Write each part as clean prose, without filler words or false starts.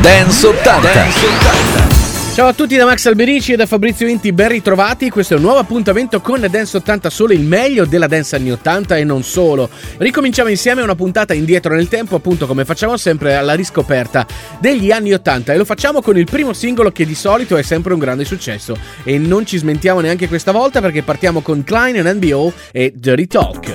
Dance 80. Ciao a tutti da Max Alberici e da Fabrizio Inti, ben ritrovati. Questo è un nuovo appuntamento con Dance 80, solo il meglio della dance anni 80 e non solo. Ricominciamo insieme una puntata indietro nel tempo, appunto come facciamo sempre, alla riscoperta degli anni 80, e lo facciamo con il primo singolo che di solito è sempre un grande successo, e non ci smentiamo neanche questa volta perché partiamo con Klein and NBO e Dirty Talk.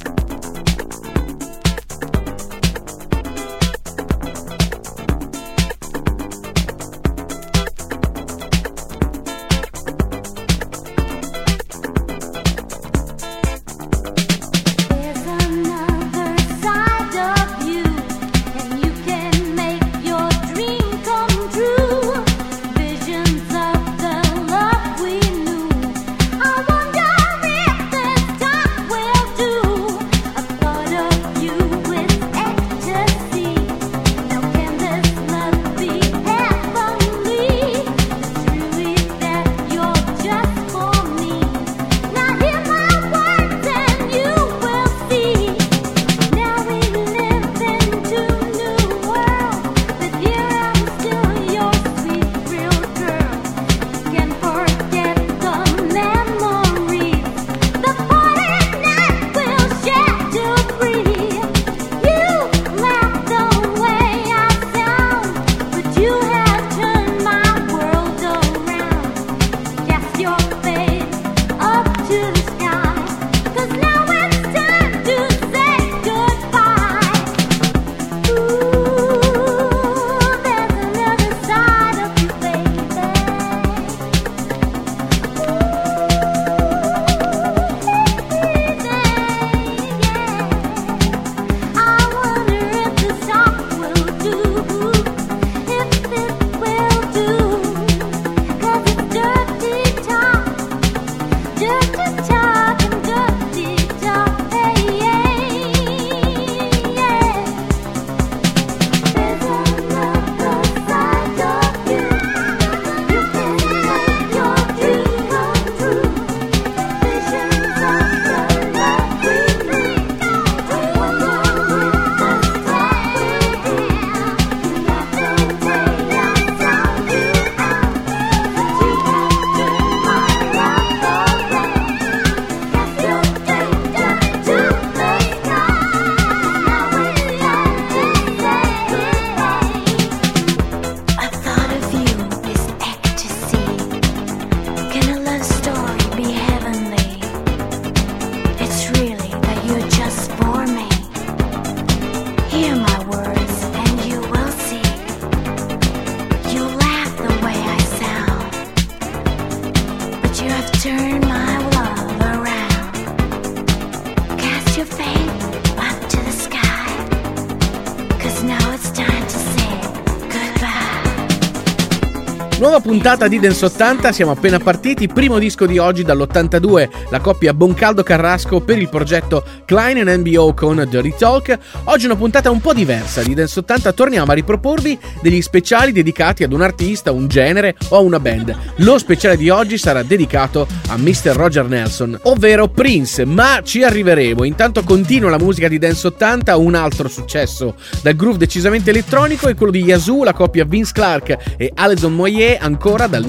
Nuova puntata di Dance 80, siamo appena partiti, primo disco di oggi dall'82, la coppia Boncaldo-Carrasco per il progetto Klein and NBO con Dirty Talk. Oggi una puntata un po' diversa di Dance 80, torniamo a riproporvi degli speciali dedicati ad un artista, un genere o a una band. Lo speciale di oggi sarà dedicato a Mr. Roger Nelson, ovvero Prince, ma ci arriveremo. Intanto continua la musica di Dance 80, un altro successo dal groove decisamente elettronico è quello di Yazoo, la coppia Vince Clarke e Alison Moyet. Ancora dal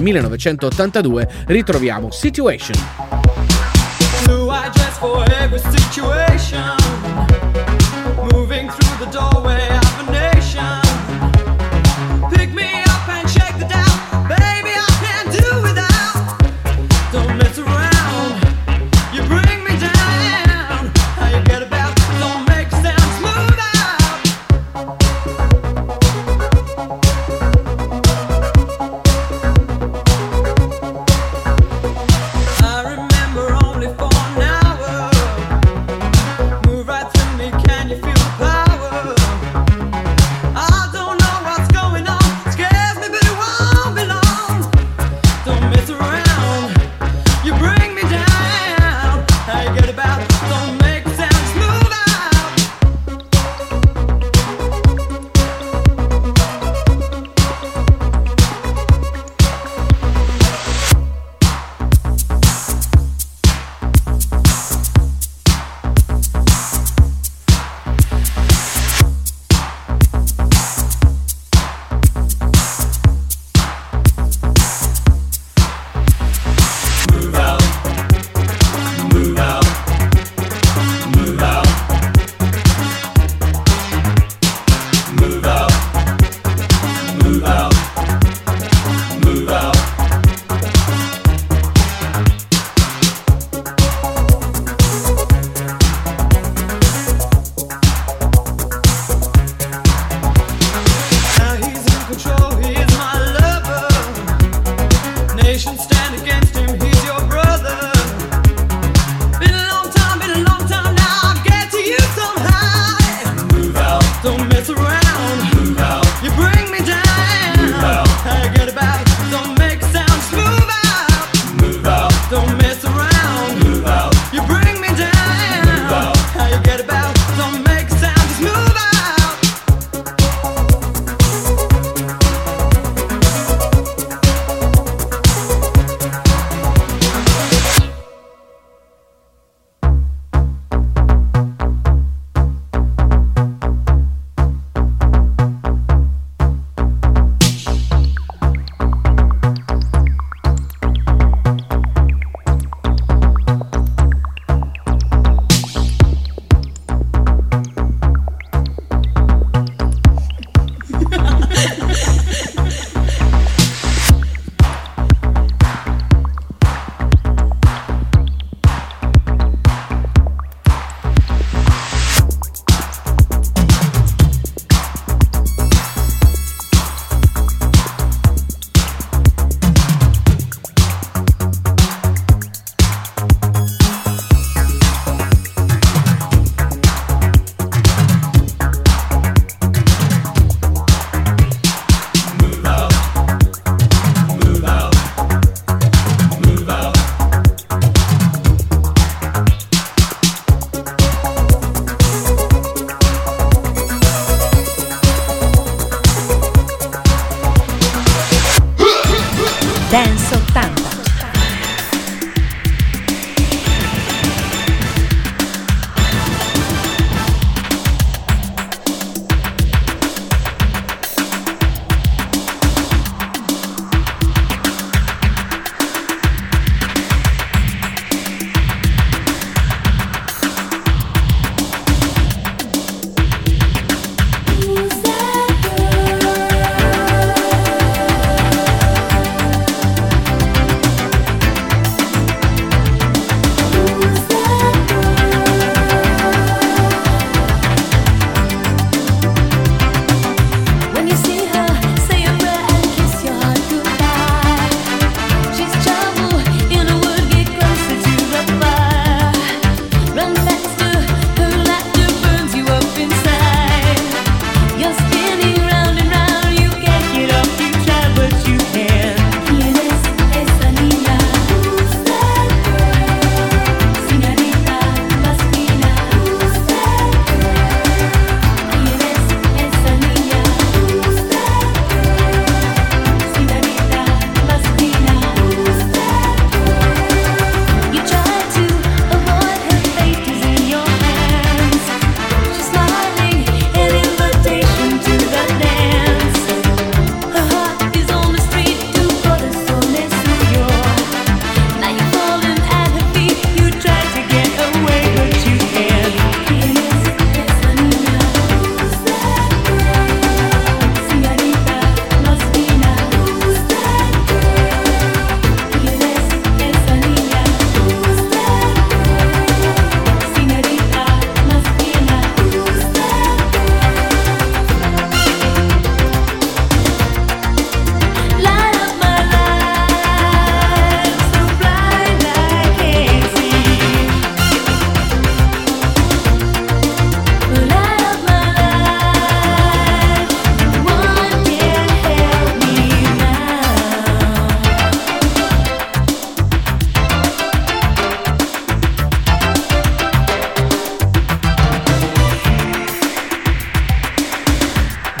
1982 ritroviamo Situation. Blue eye dress for every situation, moving through the doorway of a nation. Pick me up and shake the doubt, baby I can't do without. Don't mess around, you bring me down. How you get about, don't make a sound, smooth out. I remember only for an hour. Move right through me, can you feel the power?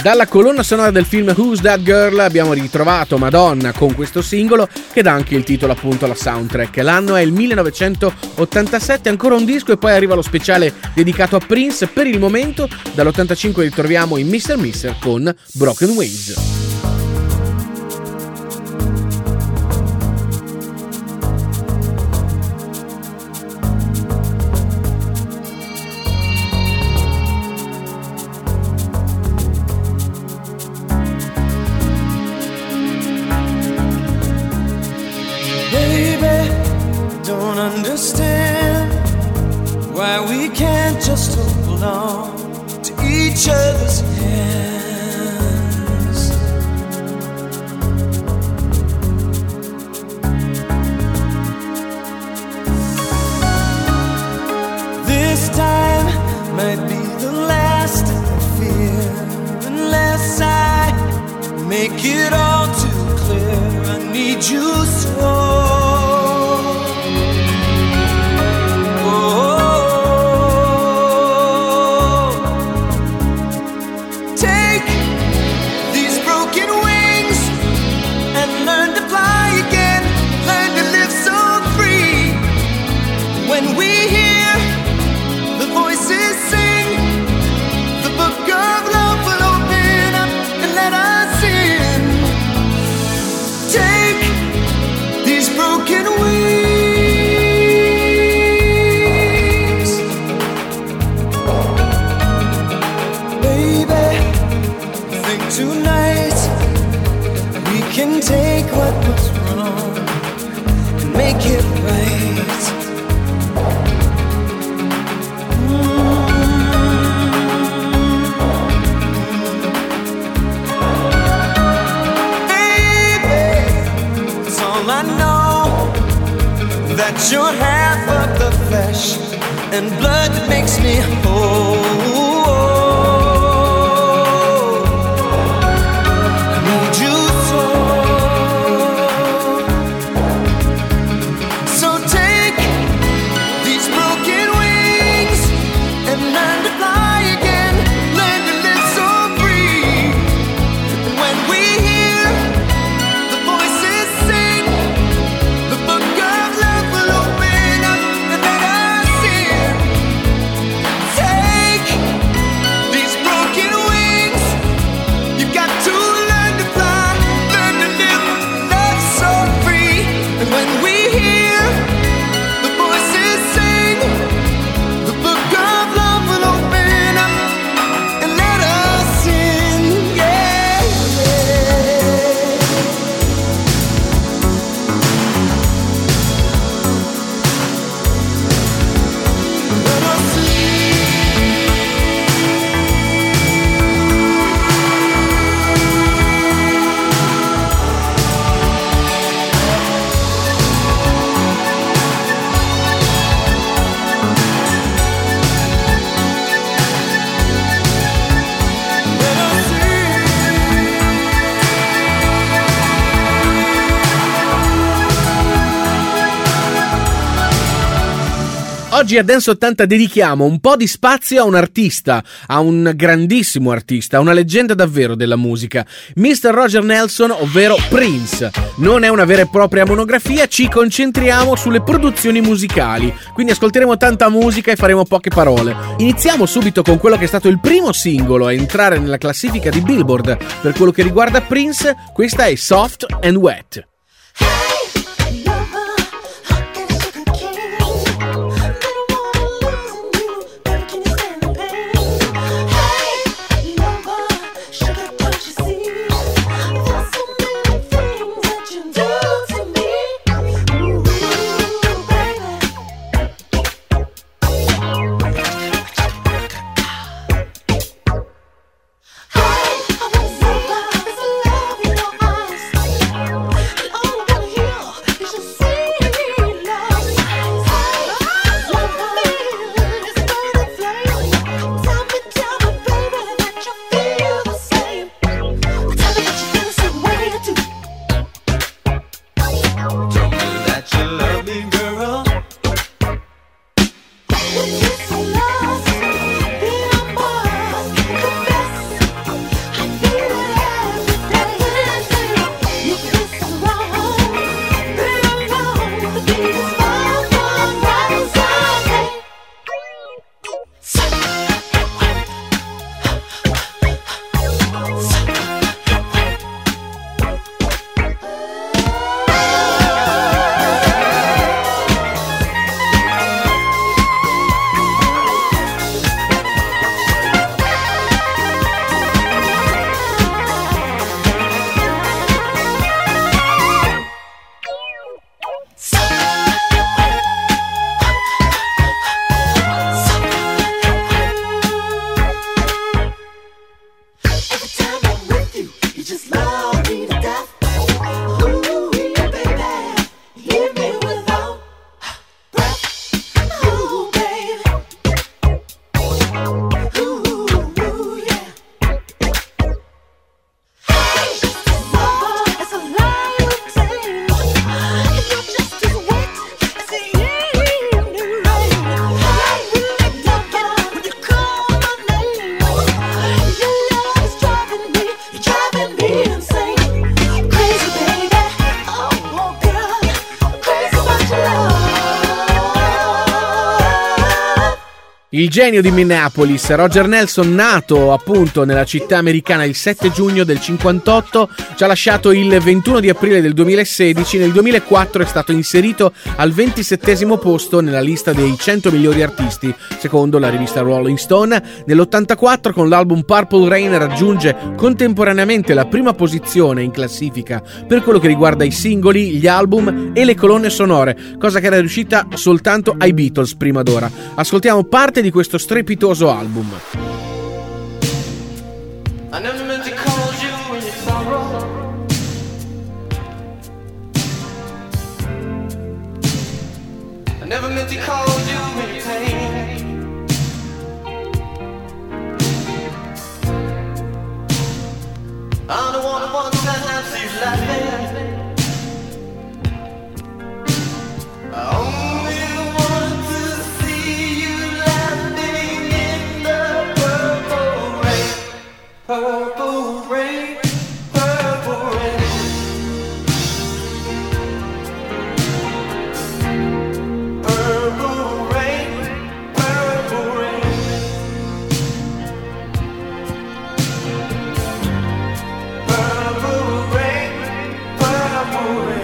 Dalla colonna sonora del film Who's That Girl abbiamo ritrovato Madonna con questo singolo che dà anche il titolo appunto alla soundtrack. L'anno è il 1987, ancora un disco e poi arriva lo speciale dedicato a Prince. Per il momento dall'85 ritroviamo i Mr. Mister con Broken Ways. Understand why we can't just hold on to each other's hands. This time might be the last I fear, unless I make it all too clear. I need you so. Take what was wrong and make it right. Baby, it's all I know, that you're half of the flesh and blood that makes me whole. Oggi a Dance 80 dedichiamo un po' di spazio a un artista, a un grandissimo artista, a una leggenda davvero della musica, Mr. Roger Nelson, ovvero Prince. Non è una vera e propria monografia, ci concentriamo sulle produzioni musicali, quindi ascolteremo tanta musica e faremo poche parole. Iniziamo subito con quello che è stato il primo singolo a entrare nella classifica di Billboard per quello che riguarda Prince. Questa è Soft and Wet. I wanna see love is a love in your eyes. Il genio di Minneapolis, Roger Nelson, nato appunto nella città americana il 7 giugno del 58, ci ha lasciato il 21 di aprile del 2016. Nel 2004 è stato inserito al 27° posto nella lista dei 100 migliori artisti, secondo la rivista Rolling Stone. Nell'84 con l'album Purple Rain raggiunge contemporaneamente la prima posizione in classifica per quello che riguarda i singoli, gli album e le colonne sonore, cosa che era riuscita soltanto ai Beatles prima d'ora. Ascoltiamo parte di questo strepitoso album. I never meant to call you in your sorrow. I never meant to call you in your pain. I'm the one who wants to see you laughing. I only want to see you laughing in the purple rain. Purple rain, purple rain. Purple rain, purple rain. Purple rain, purple rain.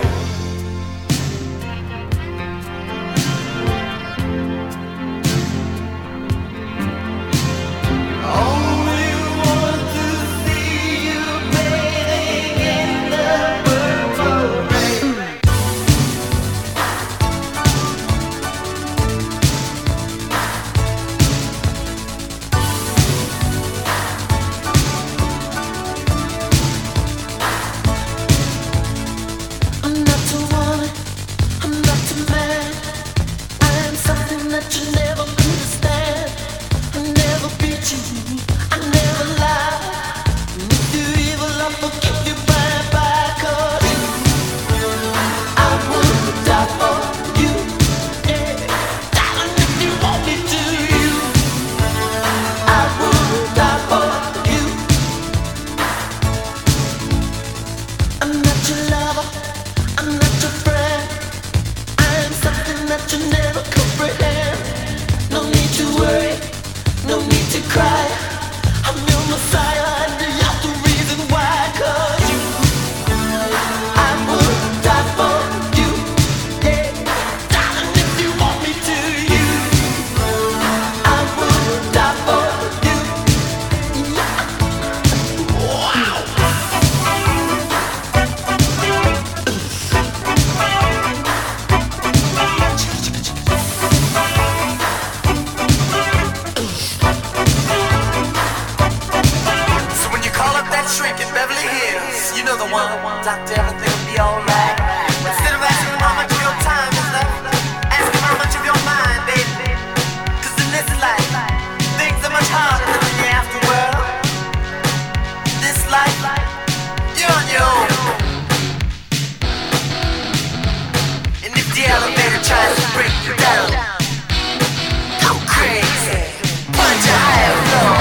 Only want to see you bathing in the purple rain. I'm not too woman, I'm not too man. I am something that you never understand. I never beat you, I never lie. And if you're evil, I'll forgive you bye. 'Cause I would die for you, yeah. Darling, if you want me to, I would die for you. I'm not your lover, I'm not your friend. I am something that you never comprehend. No need to worry, no need to cry. I'm your Messiah and you're the reason why. 'Cause I would die for you, yeah. Darling, if you want me to, I would die for you, yeah. Wow. So when you call up that shrink in Beverly Hills, you know the one. Doctor, everything will be alright. Instead of asking him how much of your time is left, ask him how much of your mind, baby. 'Cause in this life, things are much harder than in the afterworld. This life, you're on your own. And if the elevator tries to break you down, go crazy, punch a higher floor.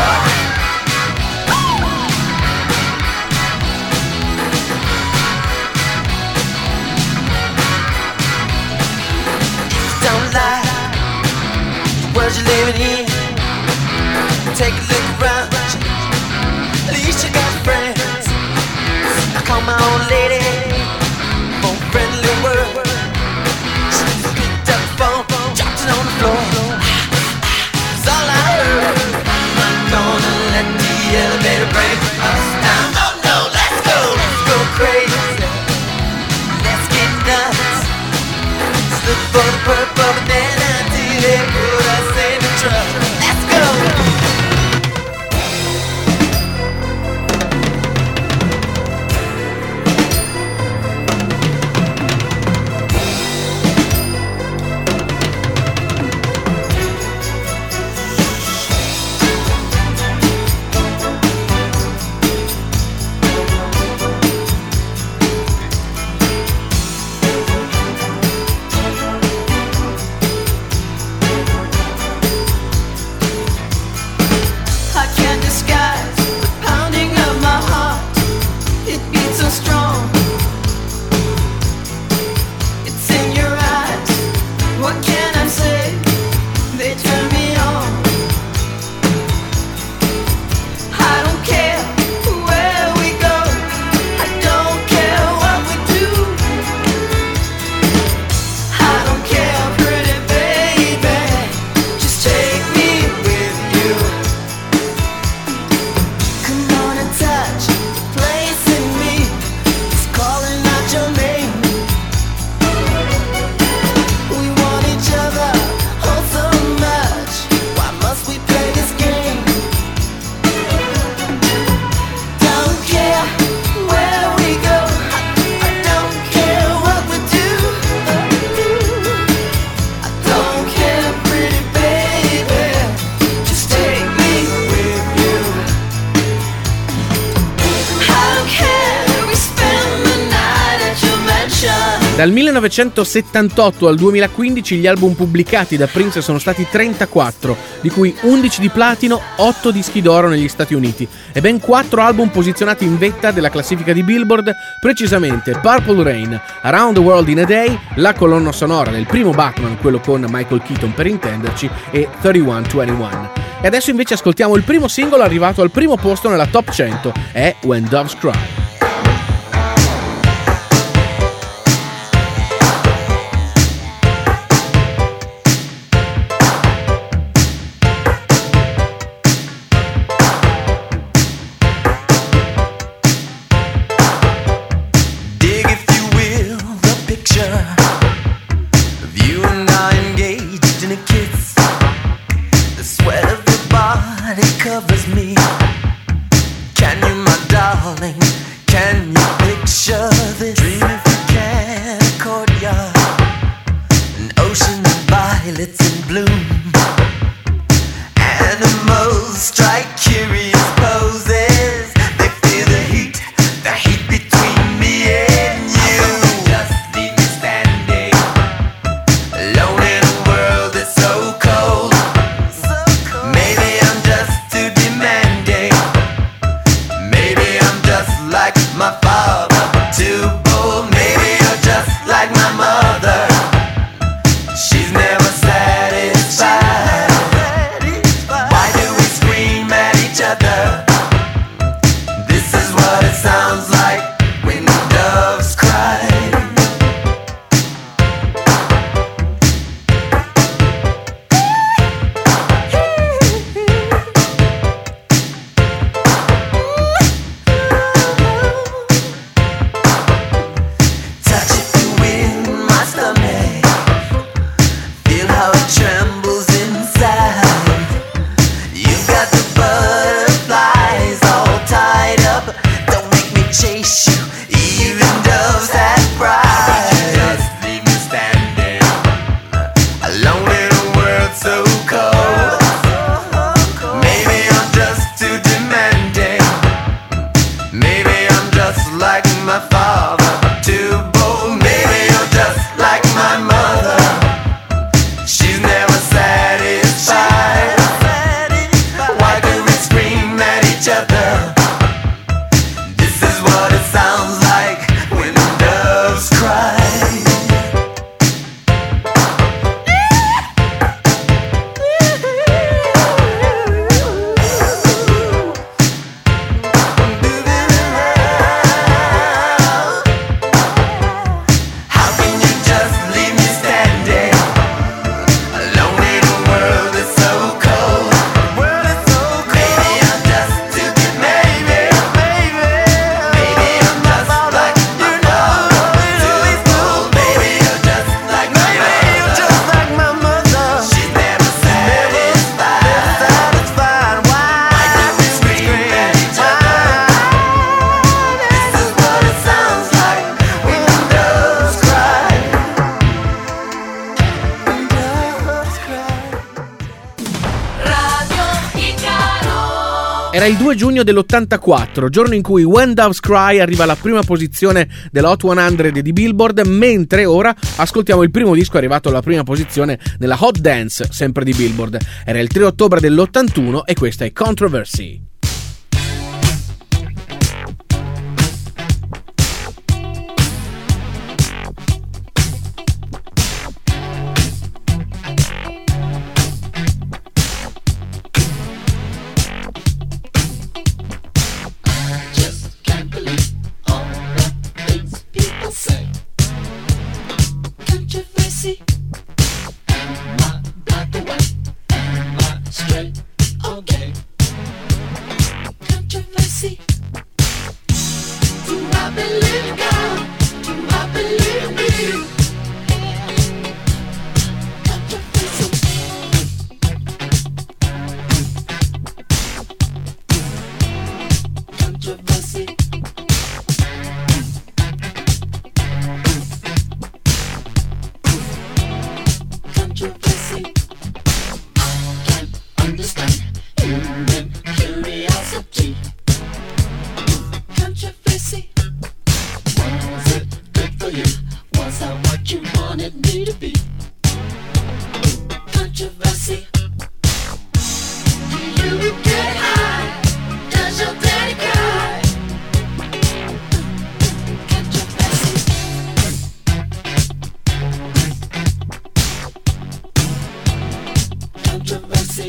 Don't lie, the world you're living in. Take a look around, at least you got friends. I call my old lady for a friendly word. She picked up the phone, dropped it on the floor. It's all I heard. I'm not gonna let the elevator break us down. Oh no, let's go crazy. Let's get nuts. Look for the purple banana till they put us in the truck. Let's go. What can I say? They turn me on. Dal 1978 al 2015 gli album pubblicati da Prince sono stati 34, di cui 11 di platino, 8 dischi d'oro negli Stati Uniti e ben 4 album posizionati in vetta della classifica di Billboard, precisamente Purple Rain, Around the World in a Day, la colonna sonora del primo Batman, quello con Michael Keaton per intenderci, e 3121. E adesso invece ascoltiamo il primo singolo arrivato al primo posto nella top 100, è When Doves Cry. Covers me. Can you, my darling? Can you picture this? Dream if you can, a courtyard, an ocean of violets in bloom. Animals strike curious poses. They feel the heat between me and you. Just leave me standing alone in a world that's so cold. Maybe I'm just too demanding. Maybe I'm just like my father, too bold. Maybe you're just like my mother. She's never satisfied. Why do we scream at each other? This is what it sounds like when doves cry. Touch it to win my stomach. Feel how it trembles inside. You've got the butterflies all tied up. Don't make me chase you. Even doves have pride. Just leave me standing alone in a world so cold. Maybe I'm just too demanding. Maybe I'm just like my father, too bold. Maybe you're just like my mother. She's never satisfied. Why do we scream at each other? This is what it sounds like when doves cry. How can you just leave me standing alone in a world that's so cold? Maybe I'm just too demanding. Maybe I'm just like my father, too bold. Maybe you're just like my mother. She's never satisfied. Why do we scream at each other? This is what it sounds like when doves cry. Doves cry. Radio Icaro. Era il 2 giugno dell'84, giorno in cui When Doves Cry arriva alla prima posizione della Hot 100 di Billboard, mentre ora ascoltiamo il primo disco arrivato alla prima posizione nella Hot Dance, sempre di Billboard. Era il 3 ottobre dell'81 e questa è Controversy. Just can't believe all the things people say. Controversy. Am I black or white? Am I straight or gay? Controversy. Do I believe in God? Do I believe in me? Controversy. Controversy. Controversy. I can't understand human curiosity. Controversy. you need to be. Controversy. Do you get high? Does your daddy cry? Controversy. Controversy.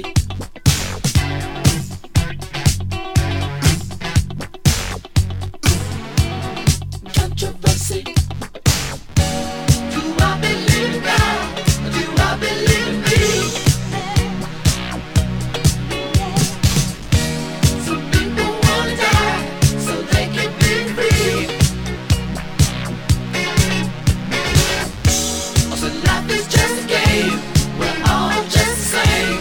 Controversy. Do I believe in God? Do I believe in me? Some people wanna die so they can be free. So life is just a game. We're all just the same.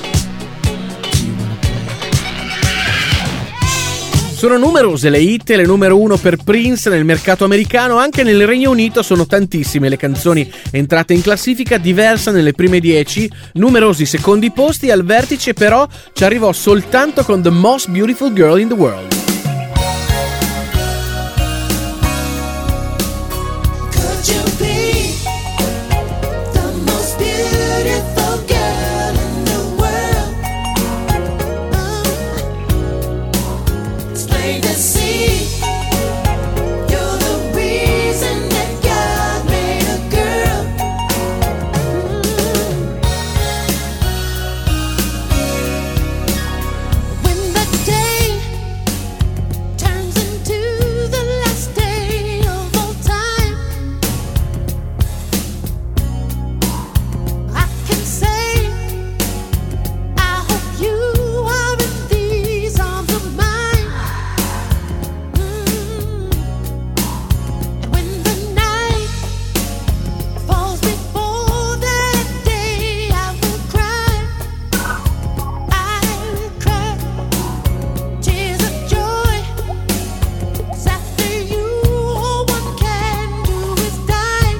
Sono numerose le hit e le numero 1 per Prince nel mercato americano. Anche nel Regno Unito sono tantissime le canzoni entrate in classifica, diversa nelle prime 10, numerosi secondi posti. Al vertice però ci arrivò soltanto con The Most Beautiful Girl in the World. Could you be the most beautiful girl in the world? It's plain to see you're the reason that God made a girl. When the day turns into the last day of all time, I can say I hope you are in these arms of mine. And when the night falls before that day, I will cry. I will cry tears of joy. 'Cause after you, all one can do is die.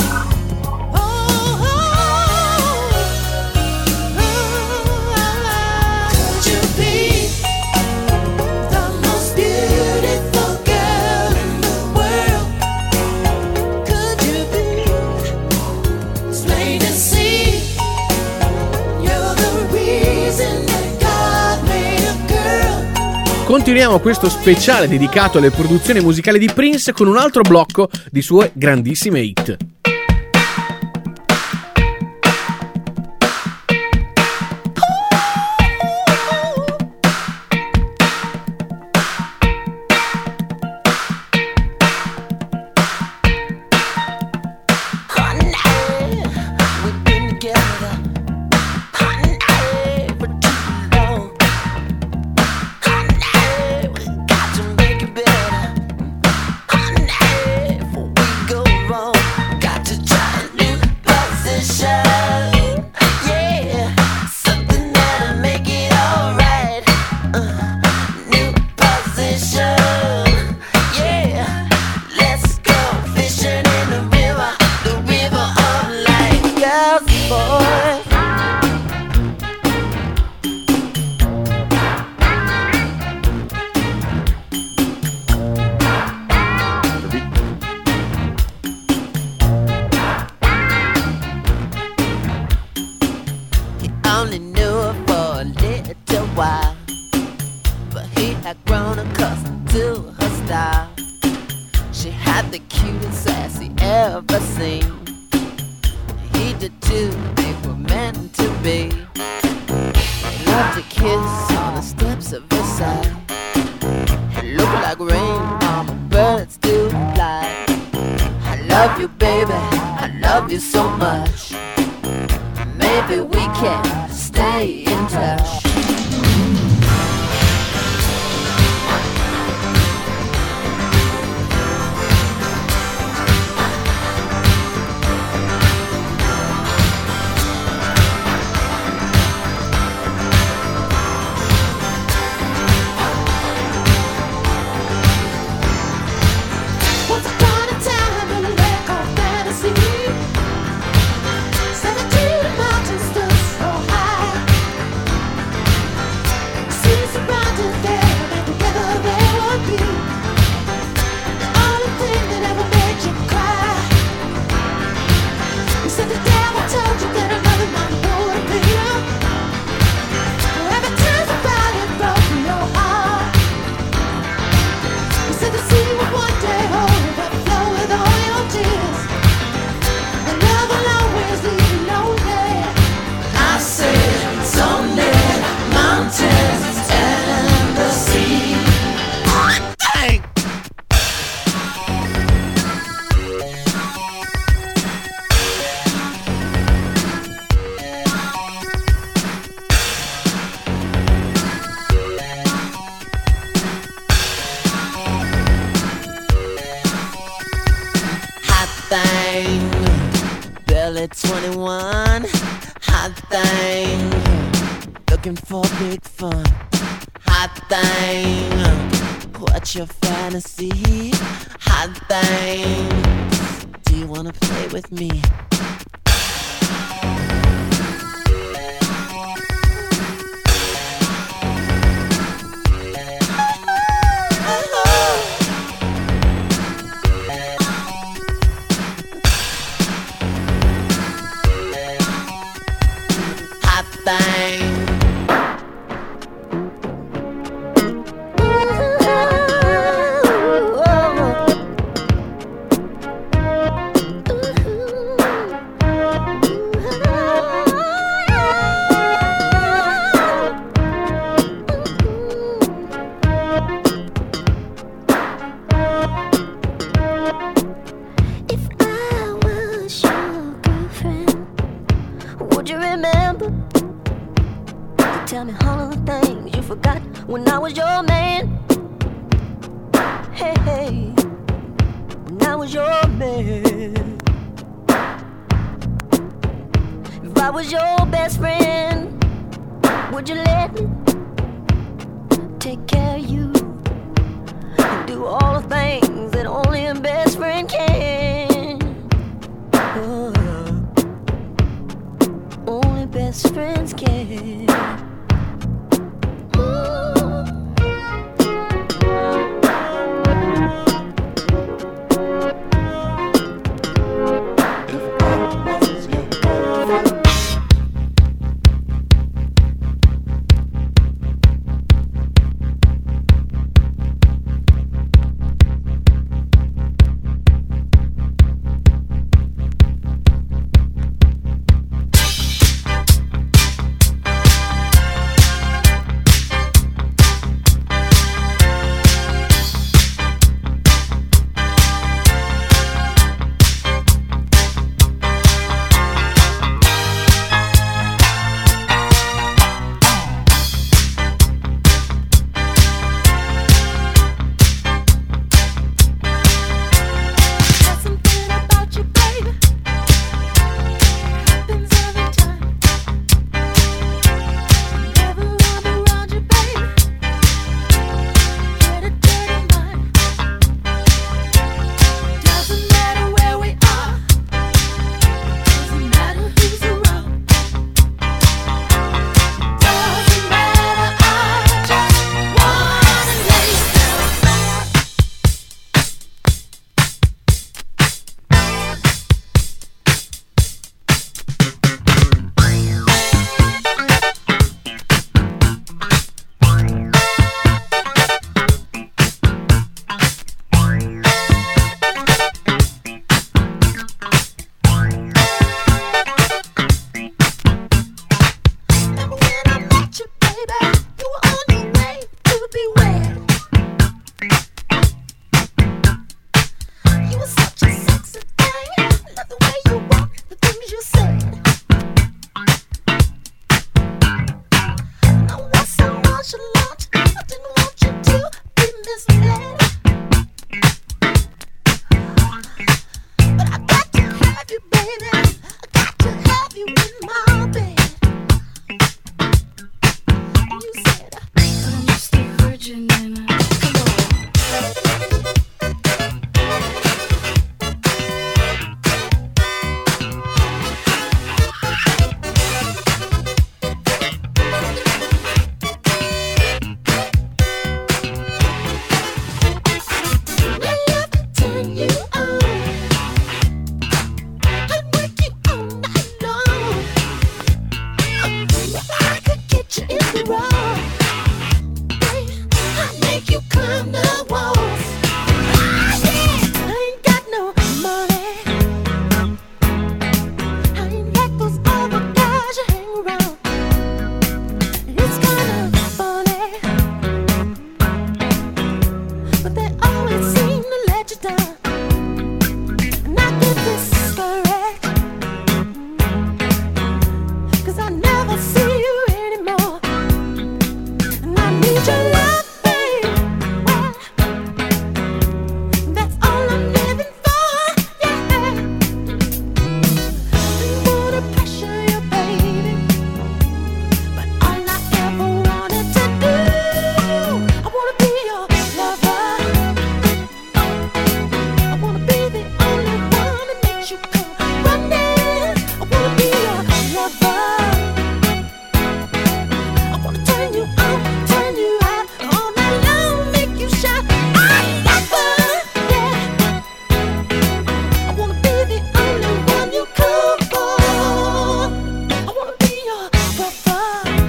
Could you be the most beautiful girl in the world? Could you be? It's plain to see you're the reason that God made a girl. Continuiamo questo speciale dedicato alle produzioni musicali di Prince con un altro blocco di sue grandissime hit. Honey, we've been together. Honey, for too long. Honey, we got to make it better. Honey, before we go wrong, got to try a new position. Yeah, something that'll make it alright. New position. Yeah, let's go fishing in the river of life. Girls and boys. He only knew her for a little while, but he had grown accustomed to her style. She had the cutest sass he ever seen. He did too, they were meant to be. He loved to kiss on the steps of Versailles. It looked like rain on the birds do fly. I love you, baby, I love you so much. Maybe we can stay in touch. Once upon a time in a land called fantasy, 17 mountains stood so high. thing. Barely 21, hot thing. Looking for big fun, hot thing. What's your fantasy, hot thing? Do you wanna play with me? Hot thing. If I was your girlfriend, would you remember to tell me all of the things you forgot when I was your man? Hey, hey, when I was your man. If I was your best friend, would you let me take care of you and do all the things that only a best friend can? Oh, only best friends can. Ooh.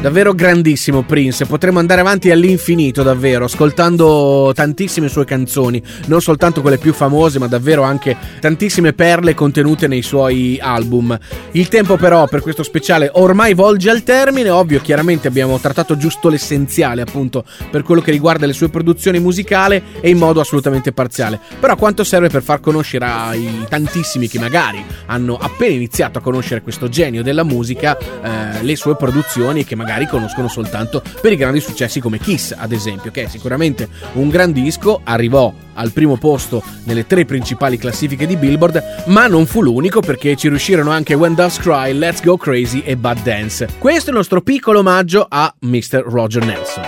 Davvero grandissimo Prince, potremmo andare avanti all'infinito davvero, ascoltando tantissime sue canzoni, non soltanto quelle più famose ma davvero anche tantissime perle contenute nei suoi album. Il tempo però per questo speciale ormai volge al termine, ovvio, chiaramente abbiamo trattato giusto l'essenziale appunto per quello che riguarda le sue produzioni musicali e in modo assolutamente parziale, però quanto serve per far conoscere ai tantissimi che magari hanno appena iniziato a conoscere questo genio della musica le sue produzioni, che magari conoscono soltanto per i grandi successi come Kiss ad esempio, che è sicuramente un gran disco, arrivò al primo posto nelle 3 principali classifiche di Billboard, ma non fu l'unico, perché ci riuscirono anche When Doves Cry, Let's Go Crazy e Bad Dance. Questo è il nostro piccolo omaggio a Mr. Roger Nelson.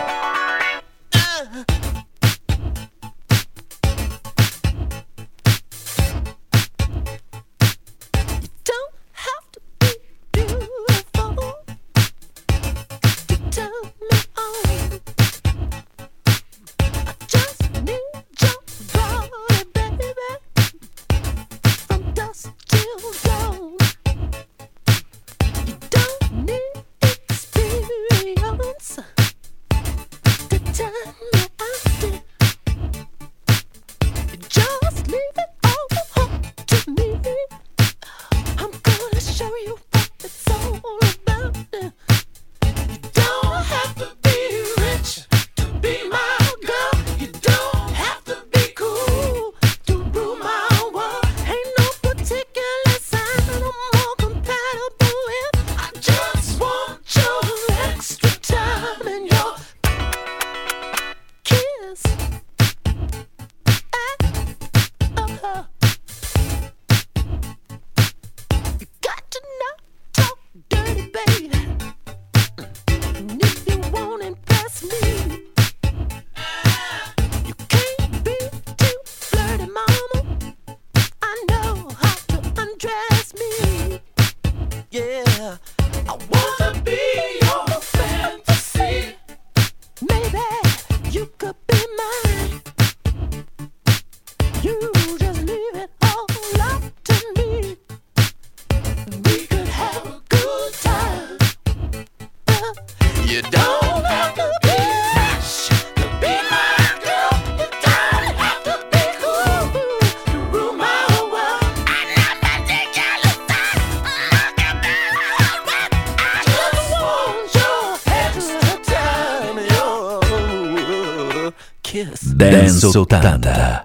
Dance 80.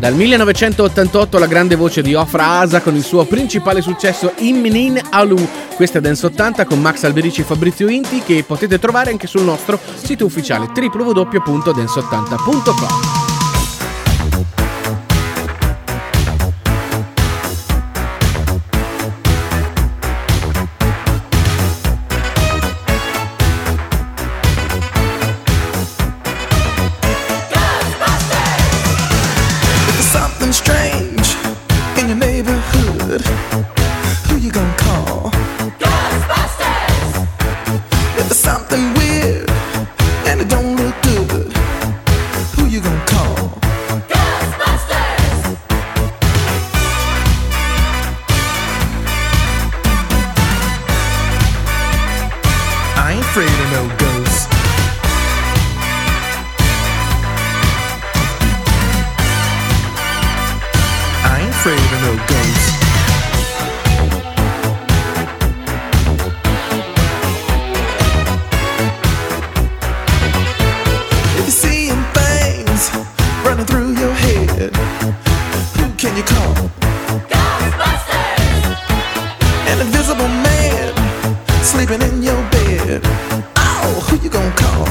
Dal 1988 la grande voce di Ofra Asa con il suo principale successo Imnin Alu. Questa è Dance 80 con Max Alberici e Fabrizio Inti, che potete trovare anche sul nostro sito ufficiale www.dance80.com. Strange in your neighborhood, who you gonna call? Ghostbusters! If there's something weird and it don't look good, who you gonna call? Ghostbusters! I ain't afraid of no ghosts. Afraid of no ghosts. If you're seeing things running through your head, who can you call? Ghostbusters! An invisible man sleeping in your bed. Oh, who you gonna call?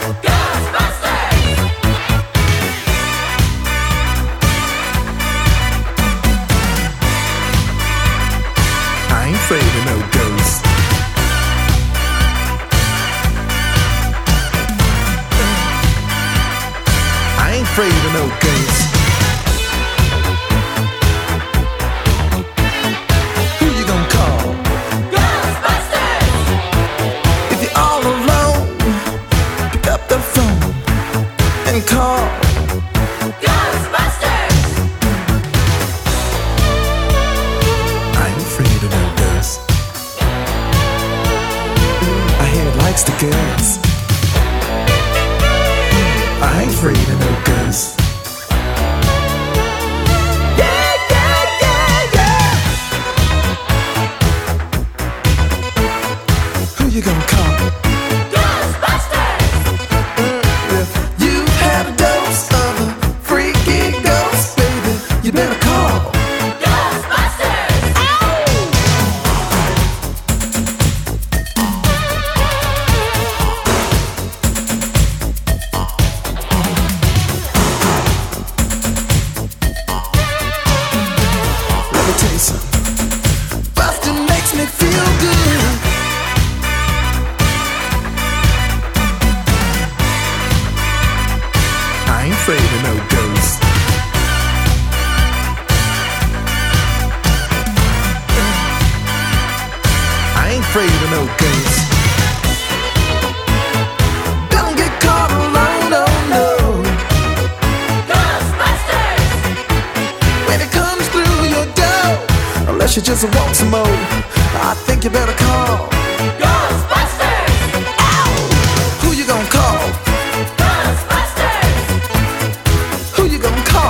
Afraid of no ghosts. I ain't afraid of no ghosts. Who you gonna call? Ghostbusters! If you're all alone, pick up the phone and call Ghostbusters! I ain't afraid of no ghosts. Likes the girls. I ain't afraid of no ghosts. Yeah, yeah, yeah, yeah. Who you gonna call? Ghostbusters! If you've had a dose of a freaky ghost, baby, you better call Ghostbusters! Ow! Buster makes me feel good. I ain't afraid of no ghosts. I ain't afraid of no ghosts. Don't get caught alone, oh no. Ghostbusters! When it comes through your door, unless you just want some more, I think you better call Ghostbusters! Ow! Who you gonna call? Ghostbusters! Who you gonna call?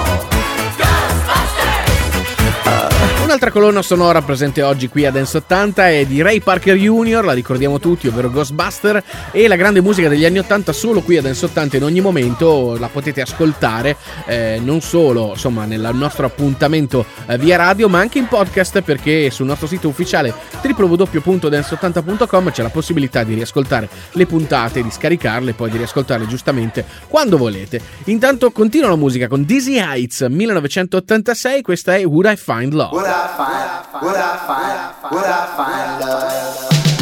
Un'altra colonna sonora presente oggi qui a Dance 80 è di Ray Parker Jr., la ricordiamo tutti, ovvero Ghostbuster, e la grande musica degli anni 80 solo qui a Dance 80 in ogni momento la potete ascoltare, non solo insomma nel nostro appuntamento via radio, ma anche in podcast, perché sul nostro sito ufficiale www.dance80.com c'è la possibilità di riascoltare le puntate, di scaricarle e poi di riascoltarle giustamente quando volete. Intanto continua la musica con Dizzy Heights 1986, questa è Would I Find Love. Would I find love?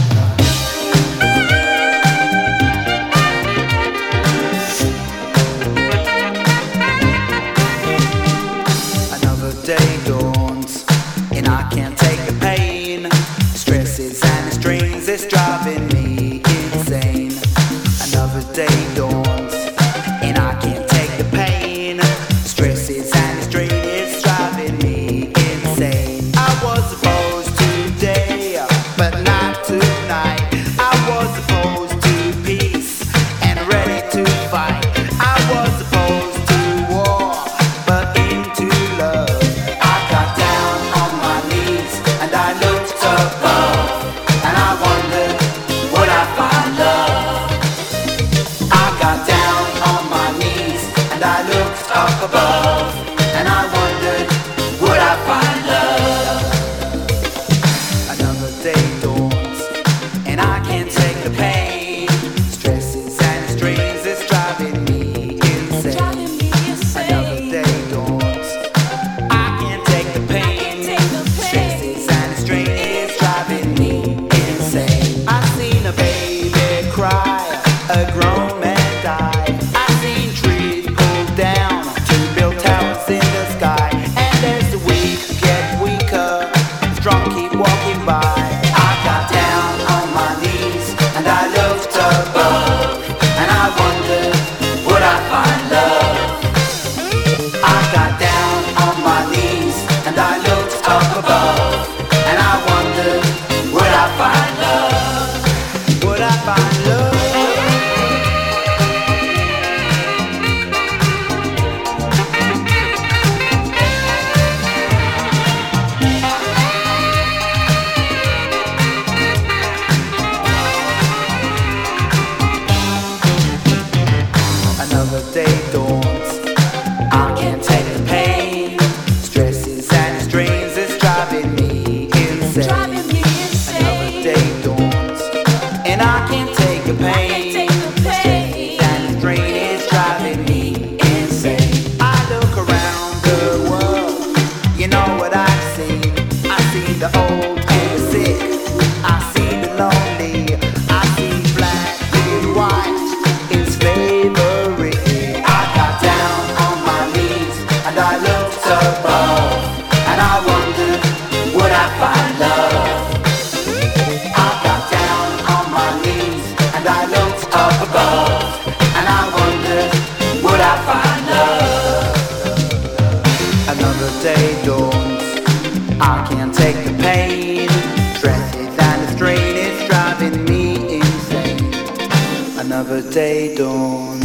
Another day dawns, and I can't take the pain. Stresses and strings, it's driving me insane. Another day dawns, and I can't take the pain. Stresses and strings, it's driving me insane. I was supposed to day, but not tonight. I was supposed to peace and ready to fight. I was supposed to war, but into love. I got down on my knees drunk keep walking by. I got down on my knees and I looked above, and I wondered, would I find love? I got down on my knees and I looked up above, and I wondered, would I find love? Would I find love? Another day dawns. I can't take the pain. Stresses and strains is driving me insane. Another day dawns, and I can't take the pain. Stresses and strain is driving me insane. I look around the world, you know what I see. I see the old and the sick. I see the lonely. I see black and white. It's favorite. I got down on my knees and I looked above, and I wondered, would I find love? I got down on my knees and I looked up above, and I wondered, would I find love? Another day dawns. I can't take the pain. Stresses and the strain is driving me insane. Another day dawns.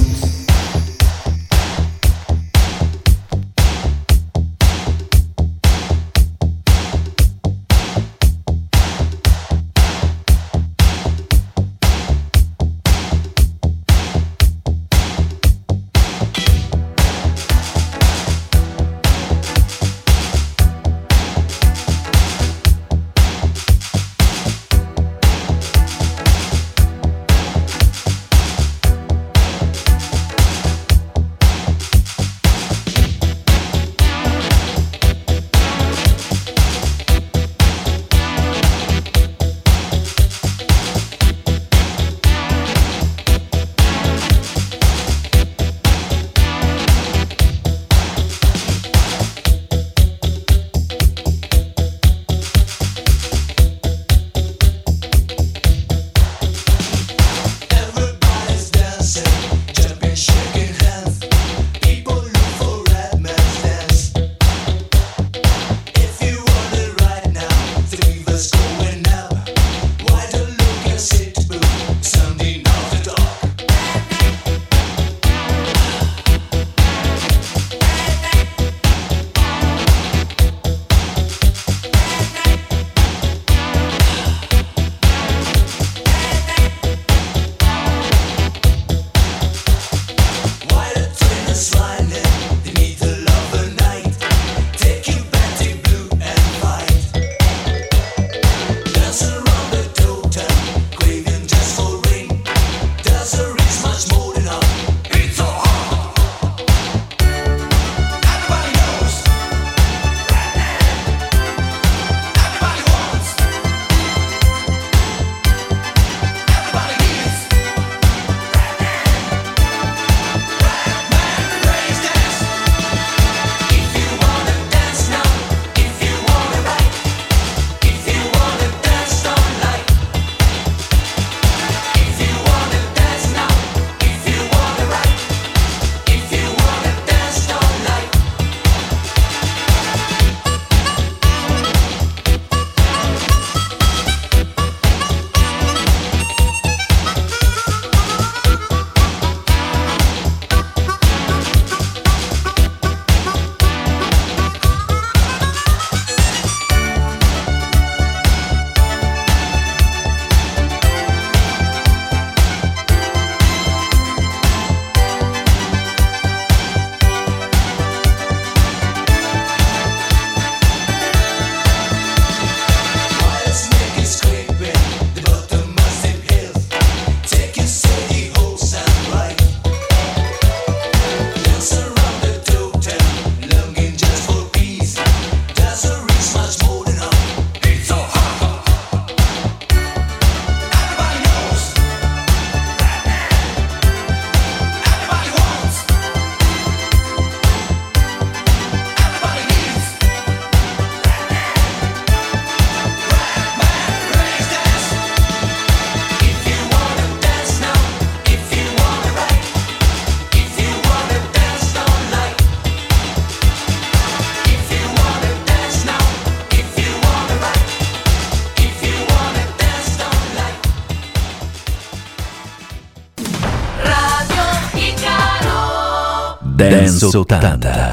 Dance 80.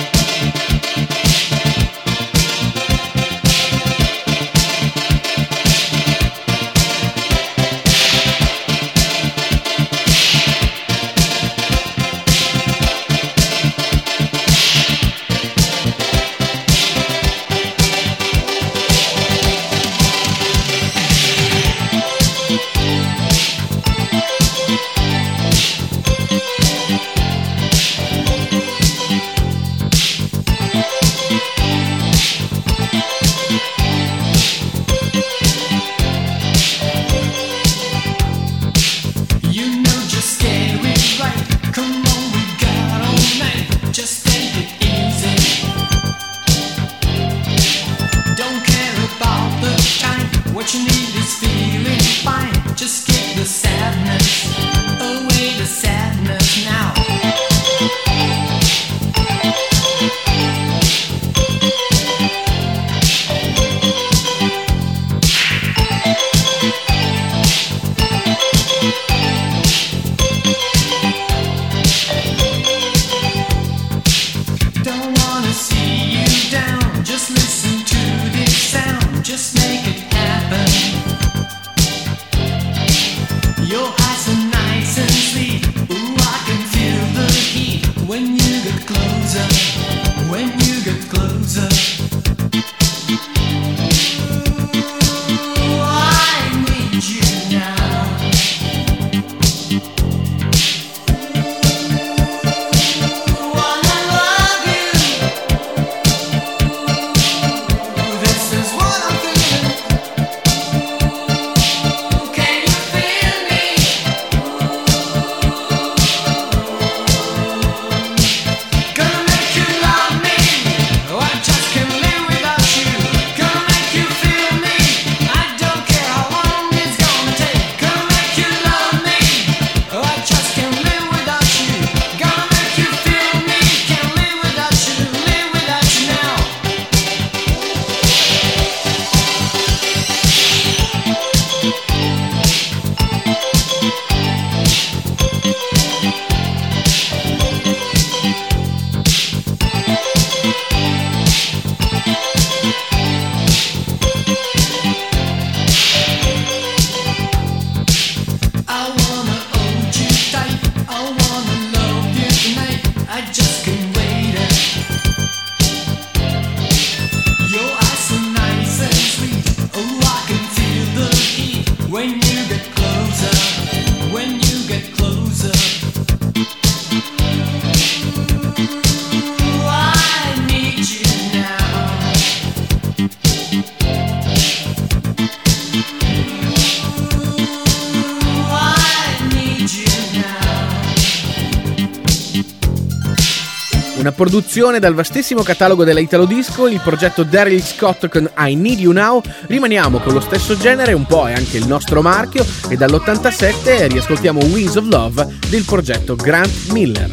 Una produzione dal vastissimo catalogo della Italo Disco, il progetto Daryl Scott con I Need You Now. Rimaniamo con lo stesso genere, un po' è anche il nostro marchio, e dall'87 riascoltiamo Wings of Love del progetto Grant Miller.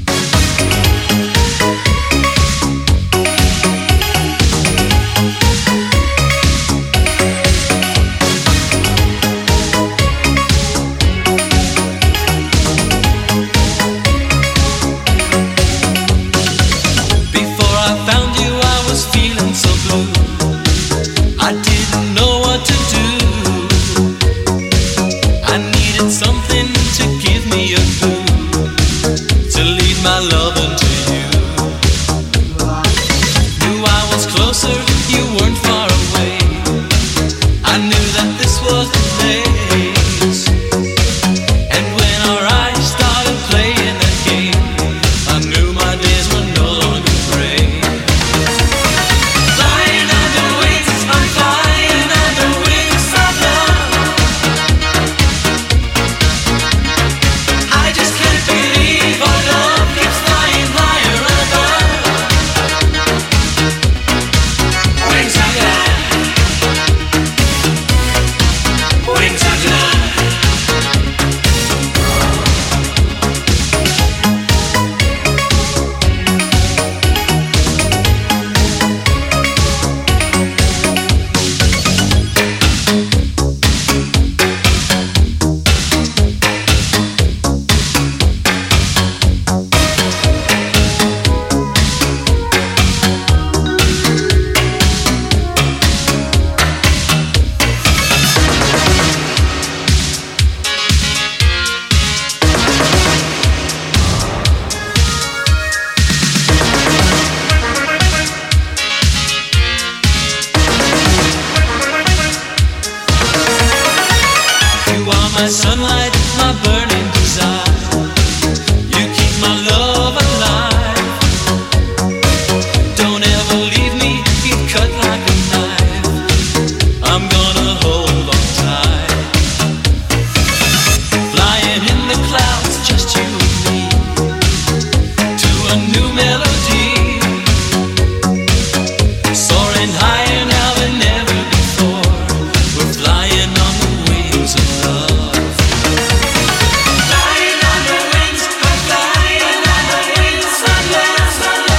Something to give me a clue, to lead my my sunlight, my burning desire. You keep my love alive. Don't ever leave me, keep cut like a knife. I'm gonna hold on tight. Flying in the clouds, just you and me, to a new melody. Soaring higher now than ever before. We're flying on the wings of love. Flying on the wings, we're flying on the wings of love.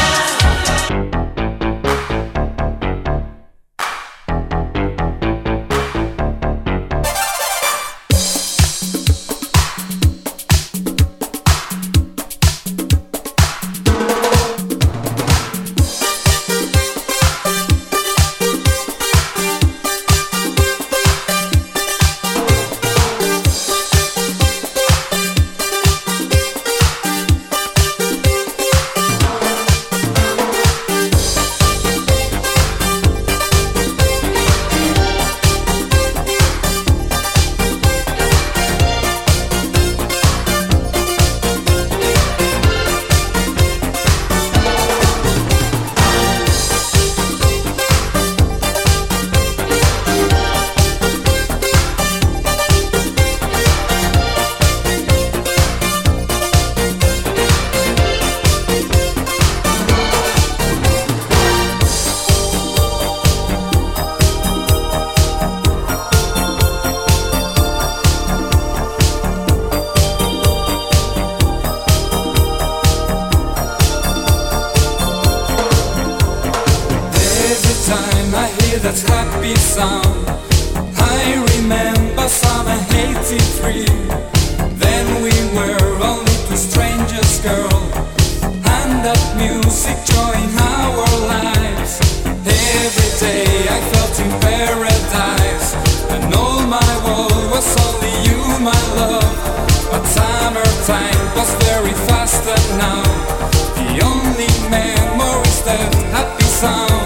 Every time I hear that happy sound, I remember summer '83. Then we were only two strangers, girl, and that music joined our lives. Every day I felt in paradise, and all my world was only you, my love. But summertime was very fast, and now the only memory is that happy sound.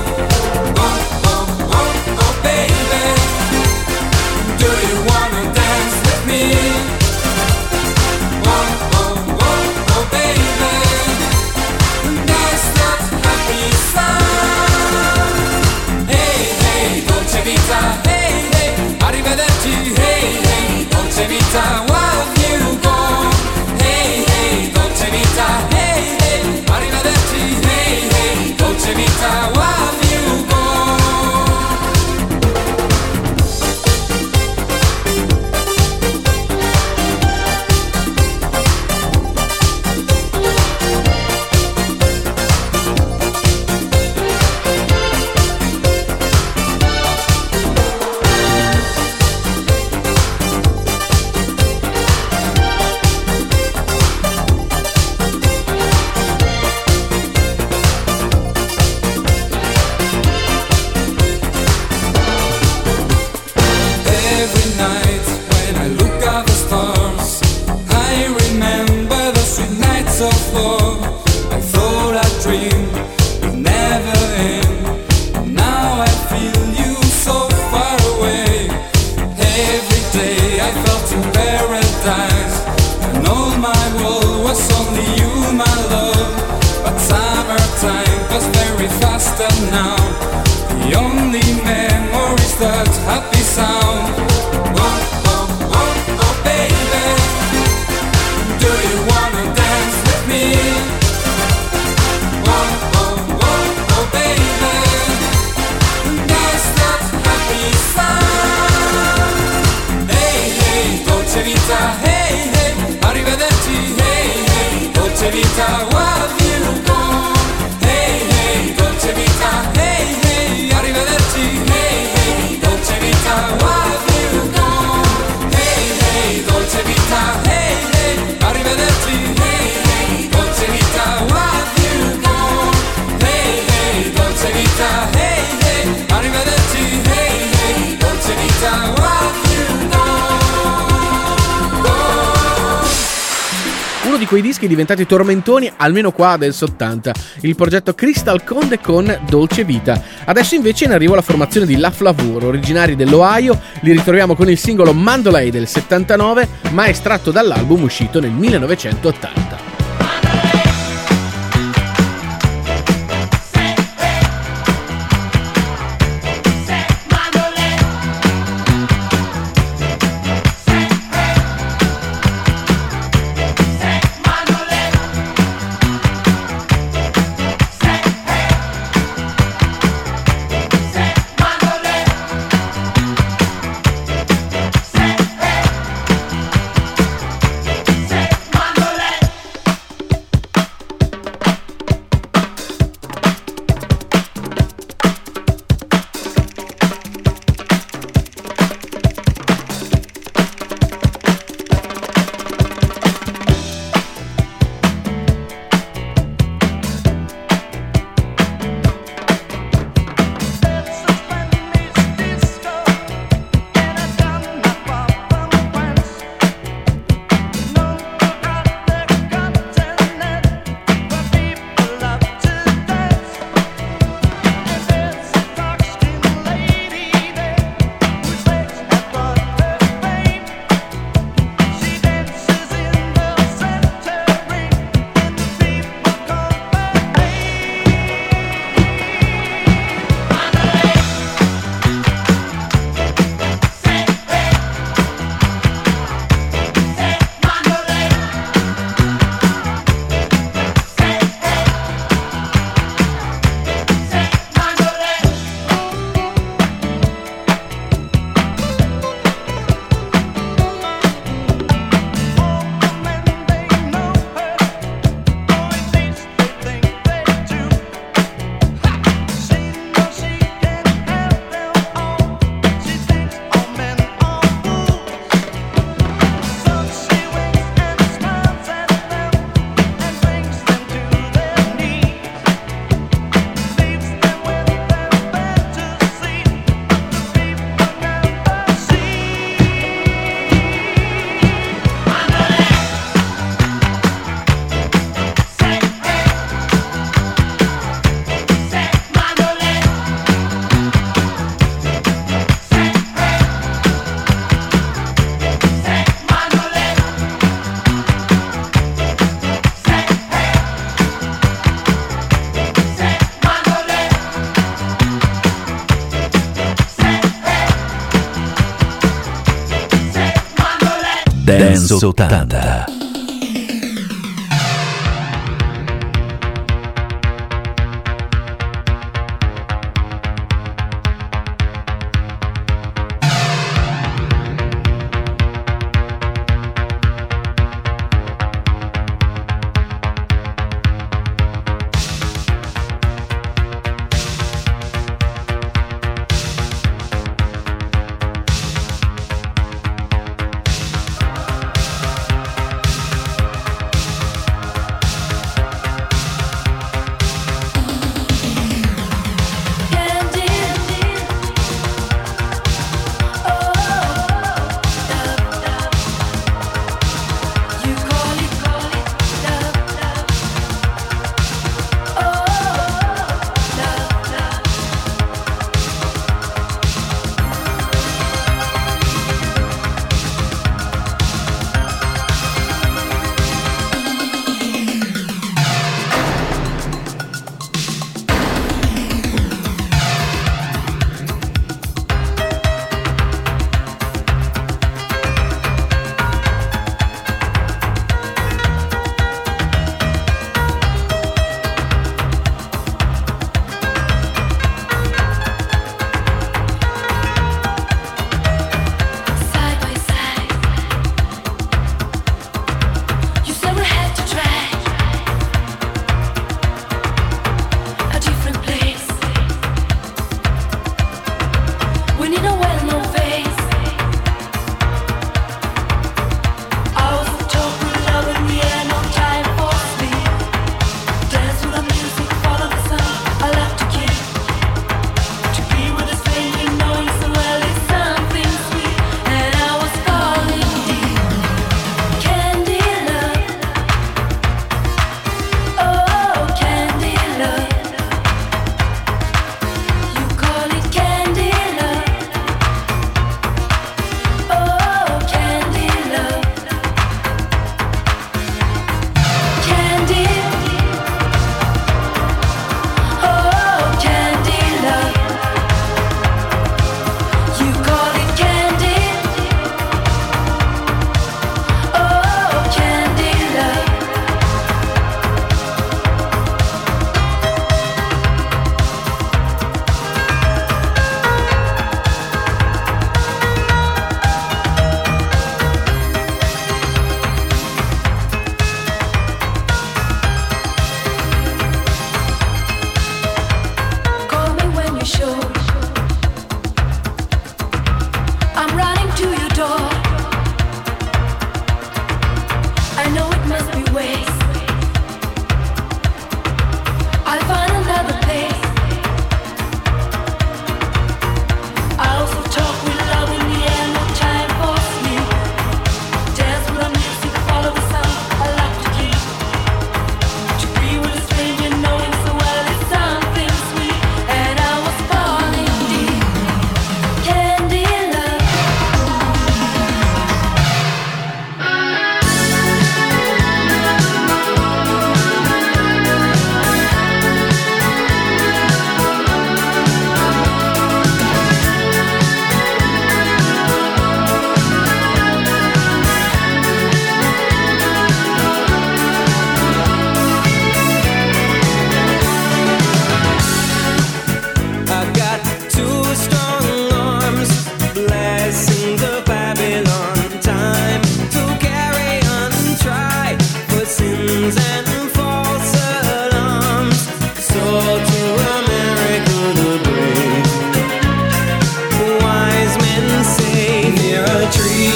di quei dischi diventati tormentoni, almeno qua del 80, il progetto Crystal Conde con Dolce Vita. Adesso invece in arrivo la formazione di La Flavor, originari dell'Ohio, li ritroviamo con il singolo Mandolay del 79, ma estratto dall'album uscito nel 1980. Dance 80.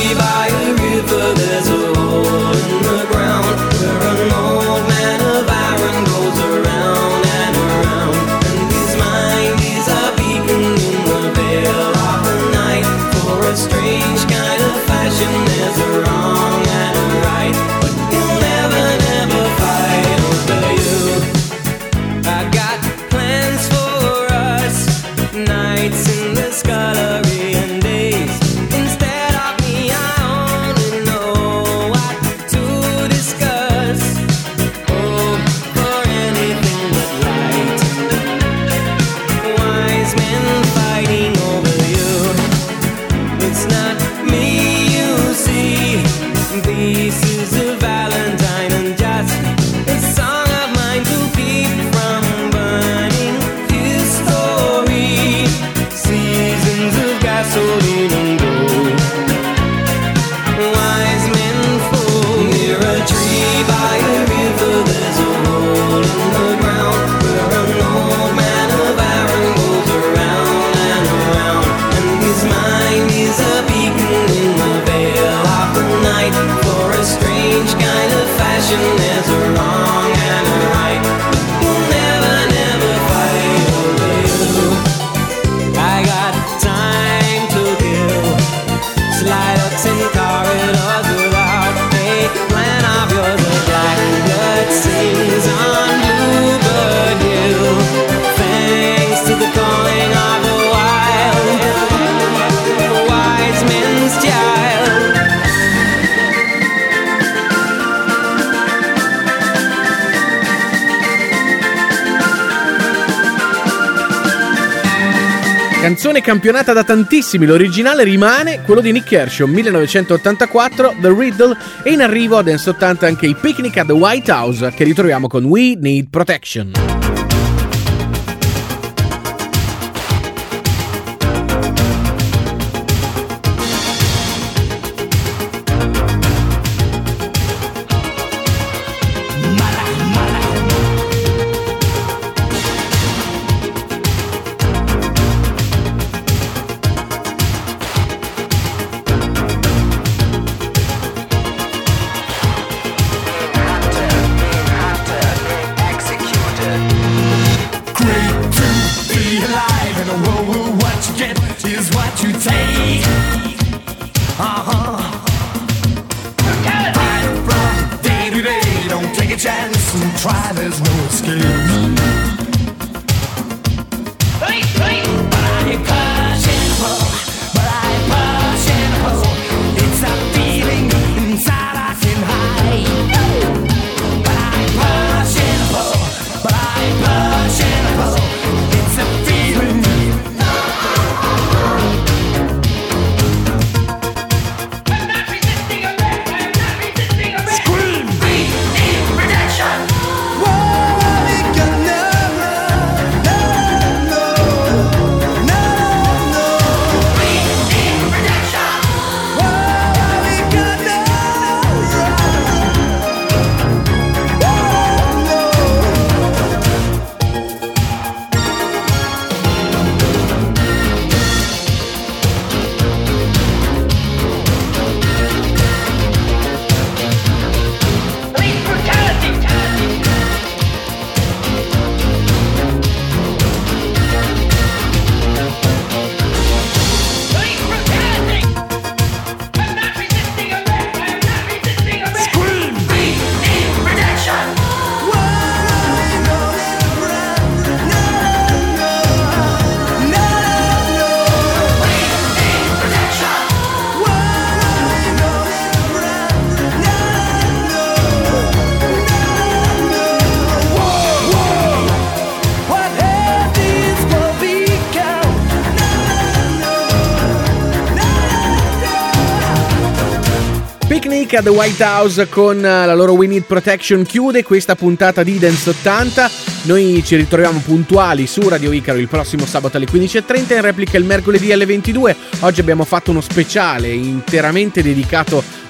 tree by a river, there's a hole in the ground where an old man of iron goes around and around. And his mind is a beacon in the veil of the night. For a strange kind of fashion, there's a wrong and a right, but he'll never, never fight over you. I got plans for us, nights in the scullery and days. Instead of me, I only know what to discuss. Oh, for anything but right. Wise men fighting over you. It's not me you see. This is a valentine and just a song of mine to keep from burning history. Seasons of gasoline and gold. Wise men fall near a tree by a river. There's a hole in the ground where an old man of iron goes around and around. And his mind is a beacon in the veil of the night. For a strange kind of fashion, there's a wrong and a right. We'll never, never fight over you. I got time to kill. Slide ups in corridors without a plan of yours. A blackbird sings on Bluebird Hill. Thanks to the calling of the wild, a wise men's child. Canzone campionata da tantissimi, l'originale rimane quello di Nick Kershaw, 1984, The Riddle, e in arrivo a Dance 80 anche i Picnic at the White House, che ritroviamo con We Need Protection. Picnic at the White House con la loro We Need Protection chiude questa puntata di Dance 80. Noi ci ritroviamo puntuali su Radio Icaro il prossimo sabato alle 15.30, in replica il mercoledì alle 22. Oggi abbiamo fatto uno speciale interamente dedicato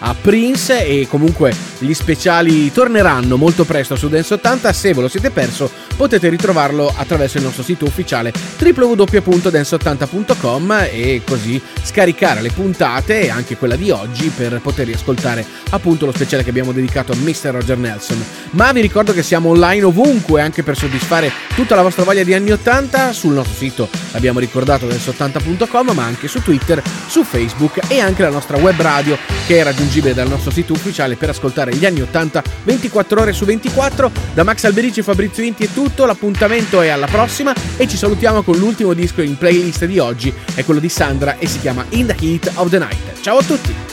a Prince, e comunque gli speciali torneranno molto presto su Dance 80. Se ve lo siete perso potete ritrovarlo attraverso il nostro sito ufficiale www.dance80.com e così scaricare le puntate e anche quella di oggi per poter riascoltare appunto lo speciale che abbiamo dedicato a Mr. Roger Nelson. Ma vi ricordo che siamo online ovunque anche per soddisfare tutta la vostra voglia di anni 80. Sul nostro sito l'abbiamo ricordato, dance80.com, ma anche su Twitter, su Facebook e anche la nostra web radio che è raggiungibile dal nostro sito ufficiale per ascoltare gli anni 80 24 ore su 24. Da Max Alberici e Fabrizio Inti è tutto, l'appuntamento è alla prossima e ci salutiamo con l'ultimo disco in playlist di oggi, è quello di Sandra e si chiama In the Heat of the Night. Ciao a tutti!